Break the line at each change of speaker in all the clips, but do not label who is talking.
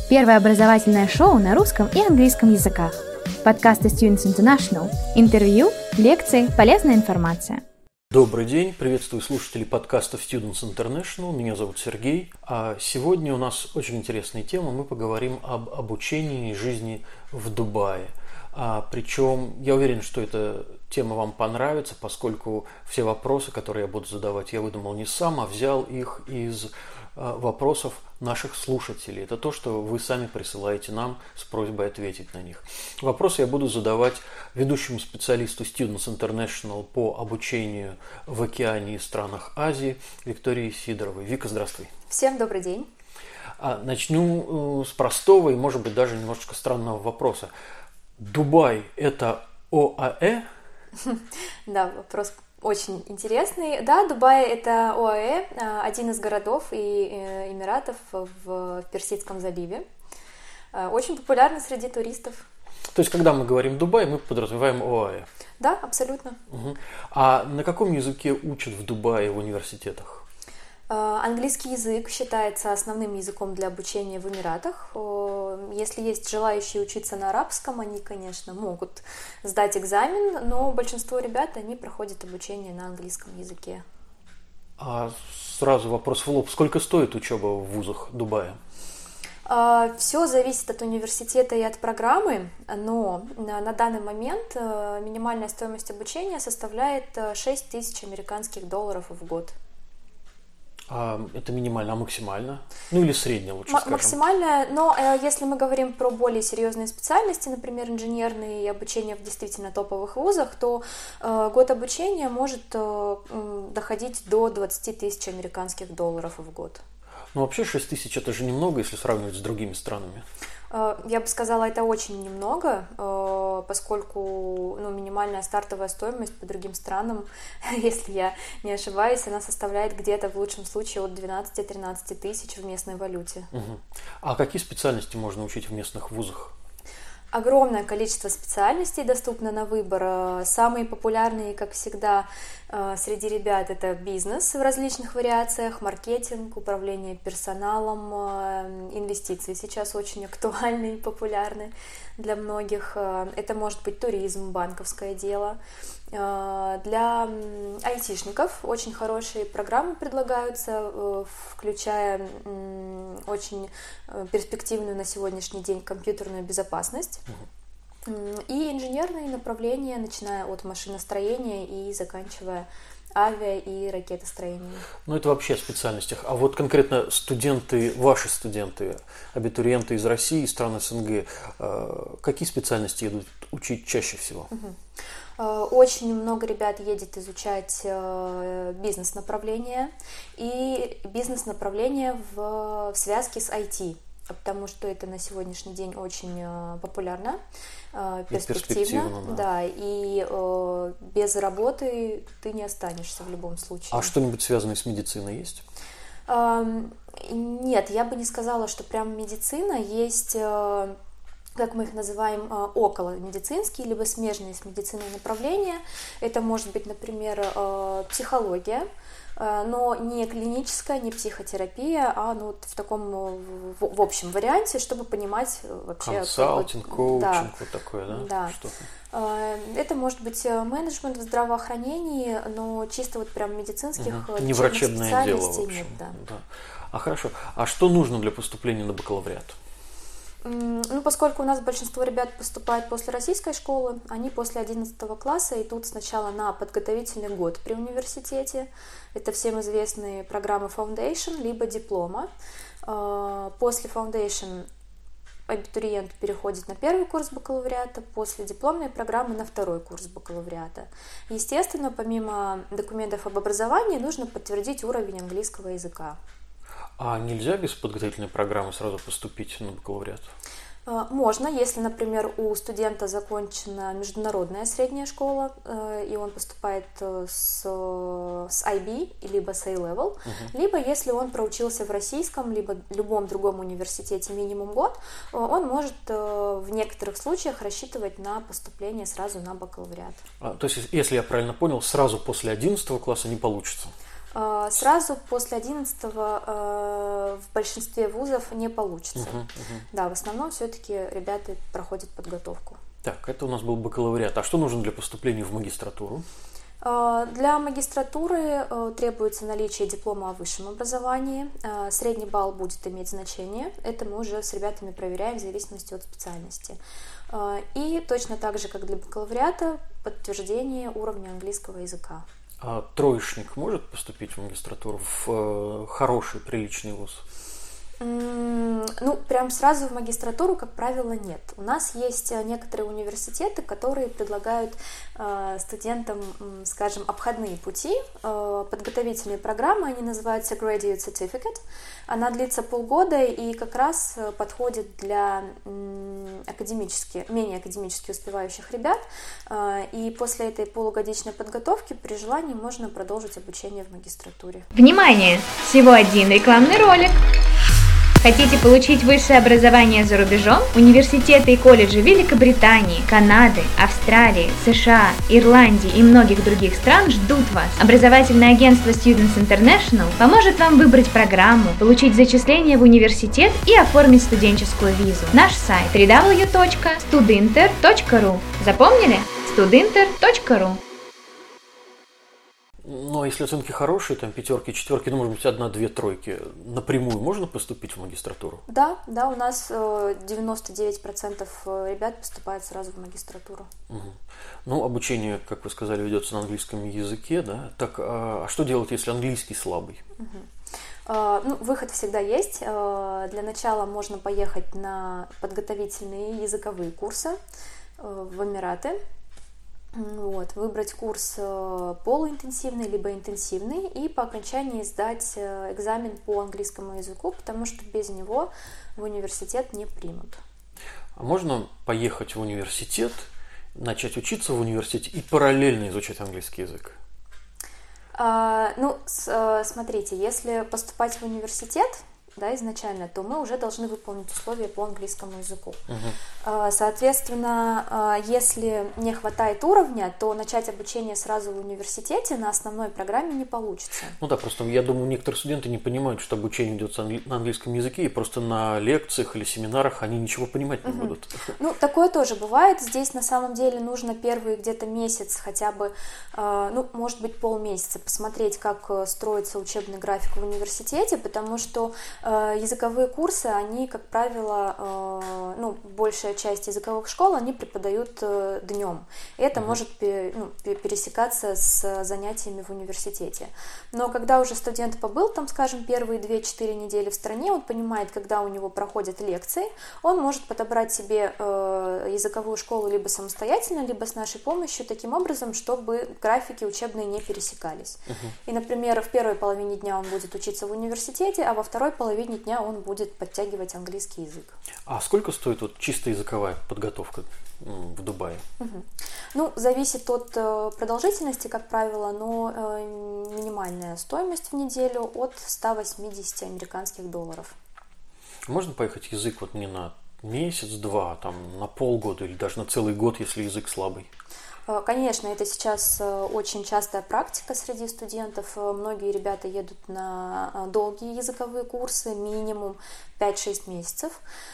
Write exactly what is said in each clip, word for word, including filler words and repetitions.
Первое образовательное шоу на русском и английском языках. Подкасты Students International. Интервью, лекции, полезная информация.
Добрый день, приветствую слушателей подкастов Students International. Меня зовут Сергей. А сегодня у нас очень интересная тема. Мы поговорим об обучении и жизни в Дубае. А, причем я уверен, что эта тема вам понравится, поскольку все вопросы, которые я буду задавать, я выдумал не сам, а взял их из а, вопросов наших слушателей. Это то, что вы сами присылаете нам с просьбой ответить на них. Вопросы я буду задавать ведущему специалисту Students International по обучению в океане и странах Азии Виктории Сидоровой. Вика, здравствуй.
Всем добрый день.
А, начну с простого и, может быть, даже немножечко странного вопроса. Дубай – это ОАЭ?
Да, вопрос очень интересный. Да, Дубай – это ОАЭ, один из городов и эмиратов в Персидском заливе. Очень популярный среди туристов.
То есть, когда мы говорим Дубай, мы подразумеваем ОАЭ?
Да, абсолютно.
Угу. А на каком языке учат в Дубае в университетах?
Английский язык считается основным языком для обучения в Эмиратах. Если есть желающие учиться на арабском, они, конечно, могут сдать экзамен, но большинство ребят, они проходят обучение на английском языке.
А сразу вопрос в лоб. Сколько стоит учеба в вузах Дубая?
Все зависит от университета и от программы, но на данный момент минимальная стоимость обучения составляет шесть тысяч американских долларов в год.
А это минимально, а максимально? Ну или среднее лучше
М-
скажем.
Максимально, но э, если мы говорим про более серьезные специальности, например, инженерные и обучение в действительно топовых вузах, то э, год обучения может э, доходить до двадцать тысяч американских долларов в год.
Ну вообще шесть тысяч это же немного, если сравнивать с другими странами.
Я бы сказала, это очень немного, поскольку ну, минимальная стартовая стоимость по другим странам, если я не ошибаюсь, она составляет где-то в лучшем случае от двенадцати-тринадцати тысяч в местной валюте.
Угу. А какие специальности можно учить в местных вузах?
Огромное количество специальностей доступно на выбор. Самые популярные, как всегда, среди ребят это бизнес в различных вариациях, маркетинг, управление персоналом, инвестиции сейчас очень актуальны и популярны для многих. Это может быть туризм, банковское дело. Для айтишников очень хорошие программы предлагаются, включая очень перспективную на сегодняшний день компьютерную безопасность. И инженерные направления, начиная от машиностроения и заканчивая авиа- и ракетостроением.
Ну, это вообще о специальностях. А вот конкретно студенты, ваши студенты, абитуриенты из России, из стран СНГ, какие специальности едут учить чаще всего?
Очень много ребят едет изучать бизнес-направление и бизнес-направление в, в связке с ай ти, потому что это на сегодняшний день очень популярно, перспективно,
да.
да, и э, без работы ты не останешься в любом случае.
А что-нибудь связанное с медициной есть?
Э, нет, я бы не сказала, что прям медицина есть... Э, как мы их называем, около медицинские, либо смежные с медициной направления. Это может быть, например, психология, но не клиническая, не психотерапия, а ну, вот в таком в общем варианте, чтобы понимать вообще...
Консалтинг,
как,
коучинг,
да,
вот такое, да?
Да.
Что-то.
Это может быть менеджмент в здравоохранении, но чисто вот прям медицинских
угу. Не врачебное дело, в общем.
Нет, да.
Да. А хорошо. А что нужно для поступления на бакалавриат?
Ну, поскольку у нас большинство ребят поступает после российской школы, они после одиннадцатого класса идут сначала на подготовительный год при университете. Это всем известные программы Foundation, либо диплома. После Foundation абитуриент переходит на первый курс бакалавриата, после дипломной программы на второй курс бакалавриата. Естественно, помимо документов об образовании, нужно подтвердить уровень английского языка.
А нельзя без подготовительной программы сразу поступить на бакалавриат?
Можно, если, например, у студента закончена международная средняя школа, и он поступает с, с ай би, либо с A-Level, угу. либо если он проучился в российском, либо любом другом университете минимум год, он может в некоторых случаях рассчитывать на поступление сразу на бакалавриат.
А, то есть, если я правильно понял, сразу после одиннадцатого класса не получится?
Сразу после одиннадцатого в большинстве вузов не получится. Uh-huh, uh-huh. Да, в основном все-таки ребята проходят подготовку.
Так, это у нас был бакалавриат. А что нужно для поступления в магистратуру?
Для магистратуры требуется наличие диплома о высшем образовании. Средний балл будет иметь значение. Это мы уже с ребятами проверяем в зависимости от специальности. И точно так же, как для бакалавриата, подтверждение уровня английского языка.
А троечник может поступить в магистратуру в хороший, приличный вуз?
Ну, прям сразу в магистратуру, как правило, нет. У нас есть некоторые университеты, которые предлагают э, студентам, скажем, обходные пути, э, подготовительные программы, они называются Graduate Certificate. Она длится полгода и как раз подходит для э, академически, менее академически успевающих ребят. Э, и после этой полугодичной подготовки при желании можно продолжить обучение в магистратуре.
Внимание! Всего один рекламный ролик. Хотите получить высшее образование за рубежом? Университеты и колледжи Великобритании, Канады, Австралии, США, Ирландии и многих других стран ждут вас. Образовательное агентство Students International поможет вам выбрать программу, получить зачисление в университет и оформить студенческую визу. Наш сайт дабл ю дабл ю дабл ю точка студинтер точка ру. Запомнили? студинтер точка ру.
Ну, а если оценки хорошие, там пятерки, четверки, ну, может быть, одна-две тройки, напрямую можно поступить в магистратуру?
Да, да, у нас девяносто девять процентов ребят поступают сразу в магистратуру.
Угу. Ну, обучение, как вы сказали, ведется на английском языке, да? Так, а что делать, если английский слабый?
Угу. Ну, выход всегда есть. Для начала можно поехать на подготовительные языковые курсы в Эмираты. Вот, выбрать курс полуинтенсивный либо интенсивный и по окончании сдать экзамен по английскому языку, потому что без него в университет не примут.
А можно поехать в университет, начать учиться в университете и параллельно изучать английский язык?
А, ну, с, смотрите, если поступать в университет, да, изначально, то мы уже должны выполнить условия по английскому языку. Uh-huh. Соответственно, если не хватает уровня, то начать обучение сразу в университете на основной программе не получится.
Ну да, просто я думаю, некоторые студенты не понимают, что обучение идет на английском языке, и просто на лекциях или семинарах они ничего понимать не uh-huh. будут.
Ну, такое тоже бывает. Здесь на самом деле нужно первый где-то месяц, хотя бы, ну, может быть, полмесяца посмотреть, как строится учебный график в университете, потому что языковые курсы, они, как правило, ну, большая часть языковых школ, они преподают днем. И это mm-hmm. может ну, пересекаться с занятиями в университете. Но когда уже студент побыл там, скажем, первые две-четыре недели в стране, он понимает, когда у него проходят лекции, он может подобрать себе языковую школу либо самостоятельно, либо с нашей помощью, таким образом, чтобы графики учебные не пересекались. Mm-hmm. И, например, в первой половине дня он будет учиться в университете, а во второй половине половине дня он будет подтягивать английский язык. А
сколько стоит вот чисто языковая подготовка в Дубае?
Угу. Ну, зависит от продолжительности, как правило, но минимальная стоимость в неделю от ста восьмидесяти американских долларов.
Можно поехать язык вот не на месяц-два, там на полгода или даже на целый год, если язык слабый?
Конечно, это сейчас очень частая практика среди студентов. Многие ребята едут на долгие языковые курсы, минимум пять-шесть месяцев,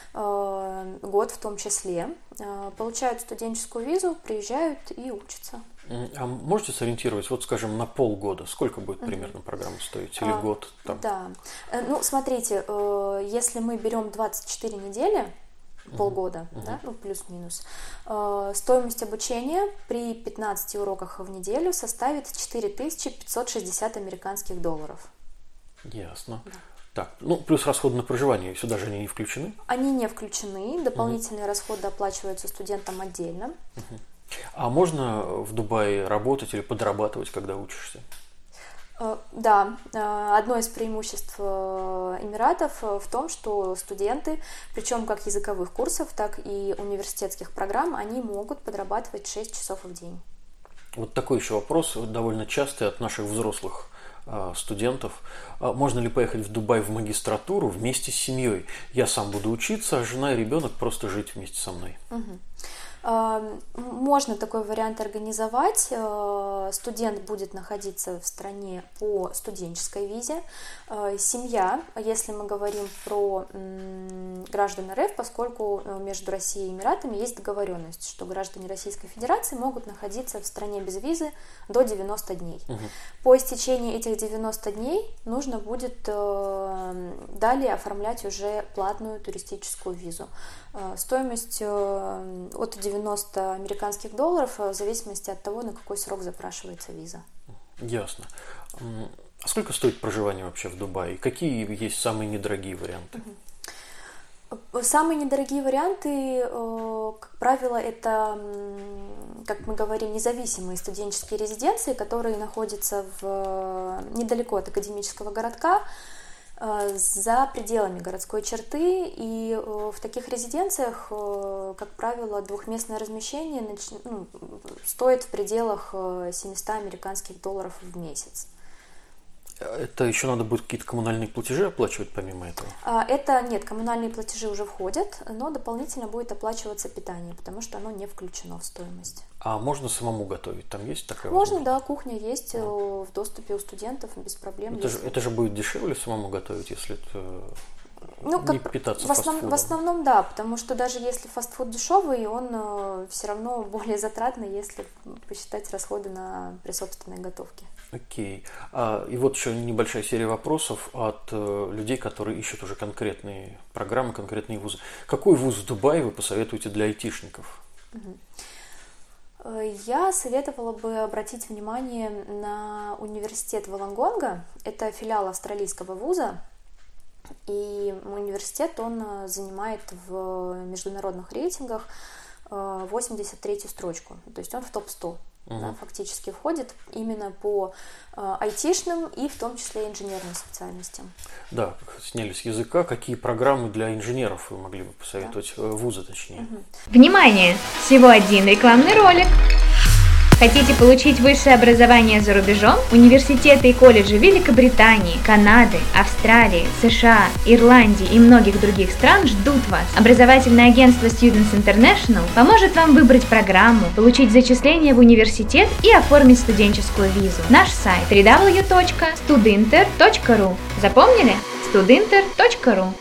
год в том числе. Получают студенческую визу, приезжают и учатся.
А можете сориентировать, вот скажем, на полгода, сколько будет примерно программа стоить, или а, год? Там? Да,
ну смотрите, если мы берем двадцать четыре недели, полгода, uh-huh. да, ну плюс-минус. Э, стоимость обучения при пятнадцати уроках в неделю составит четыре тысячи пятьсот шестьдесят американских долларов.
Ясно. Да. Так, ну плюс расходы на проживание, сюда же они не включены?
Они не включены, дополнительные uh-huh. расходы оплачиваются студентам отдельно.
Uh-huh. А можно в Дубае работать или подрабатывать, когда учишься?
Да, одно из преимуществ Эмиратов в том, что студенты, причем как языковых курсов, так и университетских программ, они могут подрабатывать шесть часов в день.
Вот такой еще вопрос, довольно частый от наших взрослых студентов. Можно ли поехать в Дубай в магистратуру вместе с семьей? Я сам буду учиться, а жена и ребенок просто жить вместе со мной.
Угу. Можно такой вариант организовать. Студент будет находиться в стране по студенческой визе. Семья, если мы говорим про граждан эр эф, поскольку между Россией и Эмиратами есть договоренность, что граждане Российской Федерации могут находиться в стране без визы до девяноста дней. Угу. По истечении этих девяноста дней нужно будет далее оформлять уже платную туристическую визу. Стоимость от девяноста американских долларов в зависимости от того, на какой срок запрашивается виза.
Ясно. А сколько стоит проживание вообще в Дубае? Какие есть самые недорогие варианты?
Самые недорогие варианты, как правило, это, как мы говорим, независимые студенческие резиденции, которые находятся в, недалеко от академического городка, за пределами городской черты, и в таких резиденциях, как правило, двухместное размещение ну, стоит в пределах семьсот американских долларов в месяц.
Это еще надо будет какие-то коммунальные платежи оплачивать помимо этого?
Это нет, коммунальные платежи уже входят, но дополнительно будет оплачиваться питание, потому что оно не включено в стоимость.
А можно самому готовить? Там есть такая
Можно,
возможность?
Да, кухня есть а. в доступе у студентов без проблем.
Это, если... же, это же будет дешевле самому готовить, если это
ну,
не
как,
питаться
в основ,
фастфудом?
В основном да, потому что даже если фастфуд дешевый, он э, все равно более затратный, если посчитать расходы на при собственной готовке.
Окей. А, и вот еще небольшая серия вопросов от э, людей, которые ищут уже конкретные программы, конкретные вузы. Какой вуз в Дубае вы посоветуете для айтишников?
Я советовала бы обратить внимание на университет Волонгонга. Это филиал австралийского вуза. И университет, он занимает в международных рейтингах восемьдесят третью строчку. То есть он в топ сто. Uh-huh. Да, фактически входит именно по э, айтишным и в том числе инженерным специальностям.
Да, сняли с языка. Какие программы для инженеров вы могли бы посоветовать, да. вузы точнее?
Uh-huh. Внимание! Всего один рекламный ролик. Хотите получить высшее образование за рубежом? Университеты и колледжи Великобритании, Канады, Австралии, США, Ирландии и многих других стран ждут вас. Образовательное агентство Students International поможет вам выбрать программу, получить зачисление в университет и оформить студенческую визу. Наш сайт дабл ю дабл ю дабл ю точка студинтер точка ру. Запомнили? студинтер точка ру.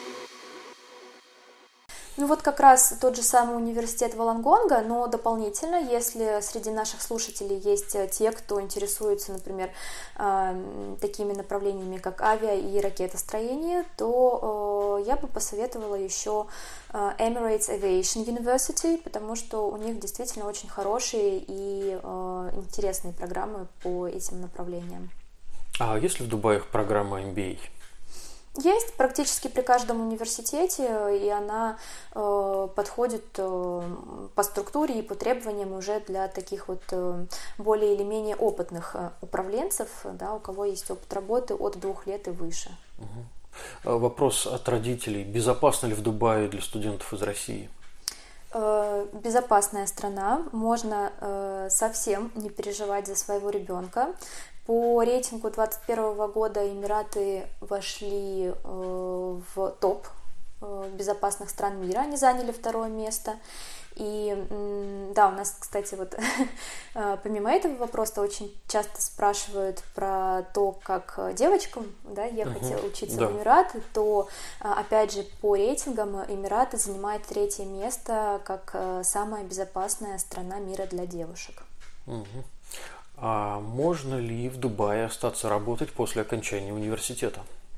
Ну вот как раз тот же самый университет Волонгонга, но дополнительно, если среди наших слушателей есть те, кто интересуется, например, такими направлениями, как авиа- и ракетостроение, то я бы посоветовала еще Emirates Aviation University, потому что у них действительно очень хорошие и интересные программы по этим направлениям.
А есть ли в Дубае программа эм би эй?
Есть практически при каждом университете, и она э, подходит э, по структуре и по требованиям уже для таких вот э, более или менее опытных э, управленцев, да, у кого есть опыт работы от двух лет и выше.
Угу. Вопрос от родителей. Безопасно ли в Дубае для студентов из России?
Э, безопасная страна, можно э, совсем не переживать за своего ребенка. По рейтингу две тысячи двадцать первого года Эмираты вошли э, в топ э, безопасных стран мира, они заняли второе место. И м, да, у нас, кстати, вот помимо этого вопроса очень часто спрашивают про то, как девочкам, да, ехать uh-huh. учиться да. в Эмираты, то опять же по рейтингам Эмираты занимает третье место как самая безопасная страна мира для девушек.
Uh-huh. А можно ли в Дубае остаться работать после окончания университета?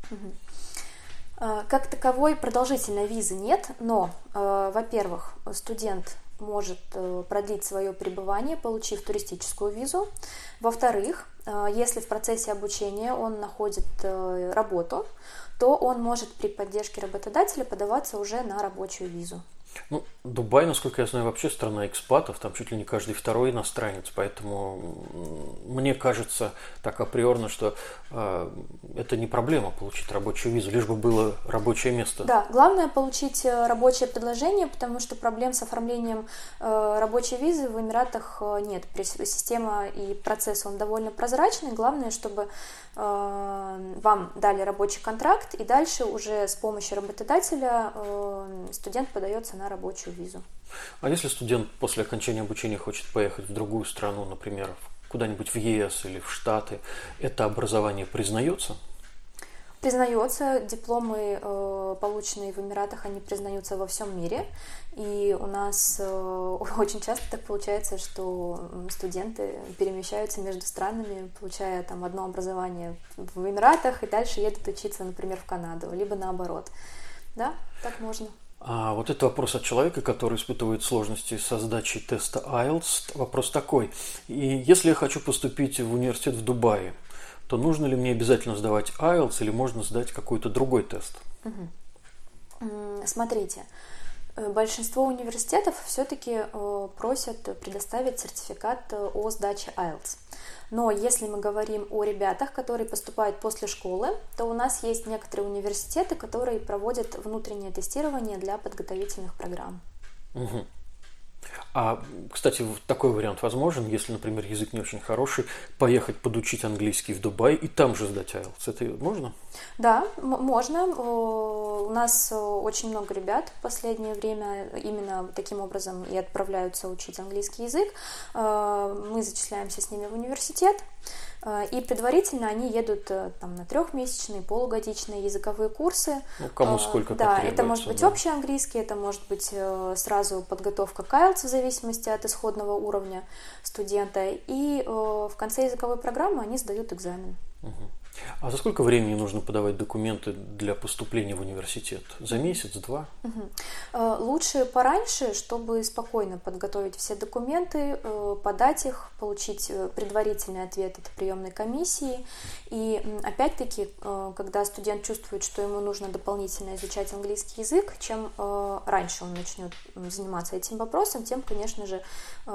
Как таковой продолжительной визы нет, но, во-первых, студент может продлить свое пребывание, получив туристическую визу. Во-вторых, если в процессе обучения он находит работу, то он может при поддержке работодателя подаваться уже на рабочую визу.
Ну, Дубай, насколько я знаю, вообще страна экспатов, там чуть ли не каждый второй иностранец, поэтому мне кажется так априорно, что э, это не проблема получить рабочую визу, лишь бы было рабочее место.
Да, главное получить рабочее предложение, потому что проблем с оформлением э, рабочей визы в Эмиратах нет. Система и процесс, он довольно прозрачный, главное, чтобы э, вам дали рабочий контракт, и дальше уже с помощью работодателя э, студент подается на на рабочую визу.
А если студент после окончания обучения хочет поехать в другую страну, например, куда-нибудь в Е С или в Штаты, это образование признается?
Признается. Дипломы, полученные в Эмиратах, они признаются во всем мире. И у нас очень часто так получается, что студенты перемещаются между странами, получая там одно образование в Эмиратах и дальше едут учиться, например, в Канаду, либо наоборот. Да, так можно.
А вот это вопрос от человека, который испытывает сложности со сдачей теста ай эл ти эс. Вопрос такой. И если я хочу поступить в университет в Дубае, то нужно ли мне обязательно сдавать ай эл ти эс или можно сдать какой-то другой тест?
Угу. Смотрите, большинство университетов все-таки просят предоставить сертификат о сдаче ай эл ти эс. Но если мы говорим о ребятах, которые поступают после школы, то у нас есть некоторые университеты, которые проводят внутреннее тестирование для подготовительных программ.
Угу. А, кстати, такой вариант возможен, если, например, язык не очень хороший, поехать подучить английский в Дубай и там же сдать ай эл ти эс. Это можно?
Да, м- можно. У нас очень много ребят в последнее время именно таким образом и отправляются учить английский язык. Мы зачисляемся с ними в университет, и предварительно они едут там, на трехмесячные, полугодичные языковые курсы.
Ну, кому сколько
Да,
потребуется.
это может быть
да.
общий английский, это может быть сразу подготовка к ай эл ти эс в зависимости от исходного уровня студента. И в конце языковой программы они сдают экзамен.
Угу. А за сколько времени нужно подавать документы для поступления в университет? За месяц, два?
Угу. Лучше пораньше, чтобы спокойно подготовить все документы, подать их, получить предварительный ответ от приемной комиссии. И опять-таки, когда студент чувствует, что ему нужно дополнительно изучать английский язык, чем раньше он начнет заниматься этим вопросом, тем, конечно же,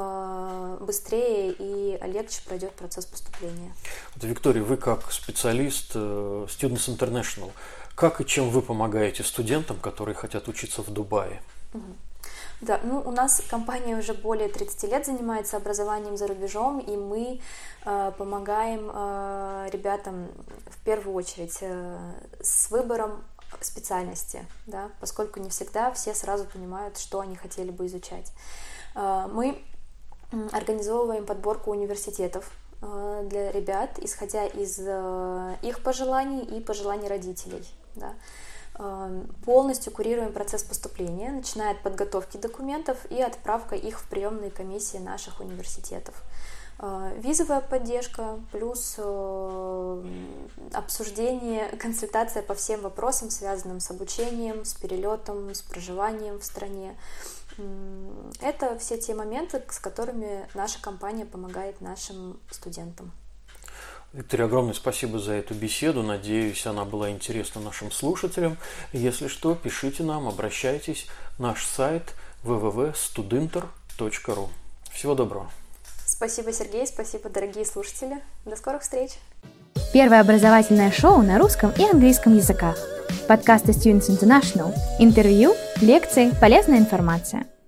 быстрее и легче пройдет процесс поступления.
Вот, Виктория, вы как специалист Students International, как и чем вы помогаете студентам, которые хотят учиться в Дубае?
Угу. Да, ну у нас компания уже более тридцати лет занимается образованием за рубежом, и мы э, помогаем э, ребятам в первую очередь э, с выбором специальности, да, поскольку не всегда все сразу понимают, что они хотели бы изучать. Э, мы организовываем подборку университетов для ребят, исходя из их пожеланий и пожеланий родителей. Да. Полностью курируем процесс поступления, начиная от подготовки документов и отправка их в приемные комиссии наших университетов. Визовая поддержка плюс обсуждение, консультация по всем вопросам, связанным с обучением, с перелетом, с проживанием в стране. Это все те моменты, с которыми наша компания помогает нашим студентам.
Виктория, огромное спасибо за эту беседу. Надеюсь, она была интересна нашим слушателям. Если что, пишите нам, обращайтесь. Наш сайт дабл ю дабл ю дабл ю точка студинтер точка ру. Всего доброго.
Спасибо, Сергей, спасибо, дорогие слушатели. До скорых встреч.
Первое образовательное шоу на русском и английском языках. Подкасты Students International. Интервью, лекции, полезная информация.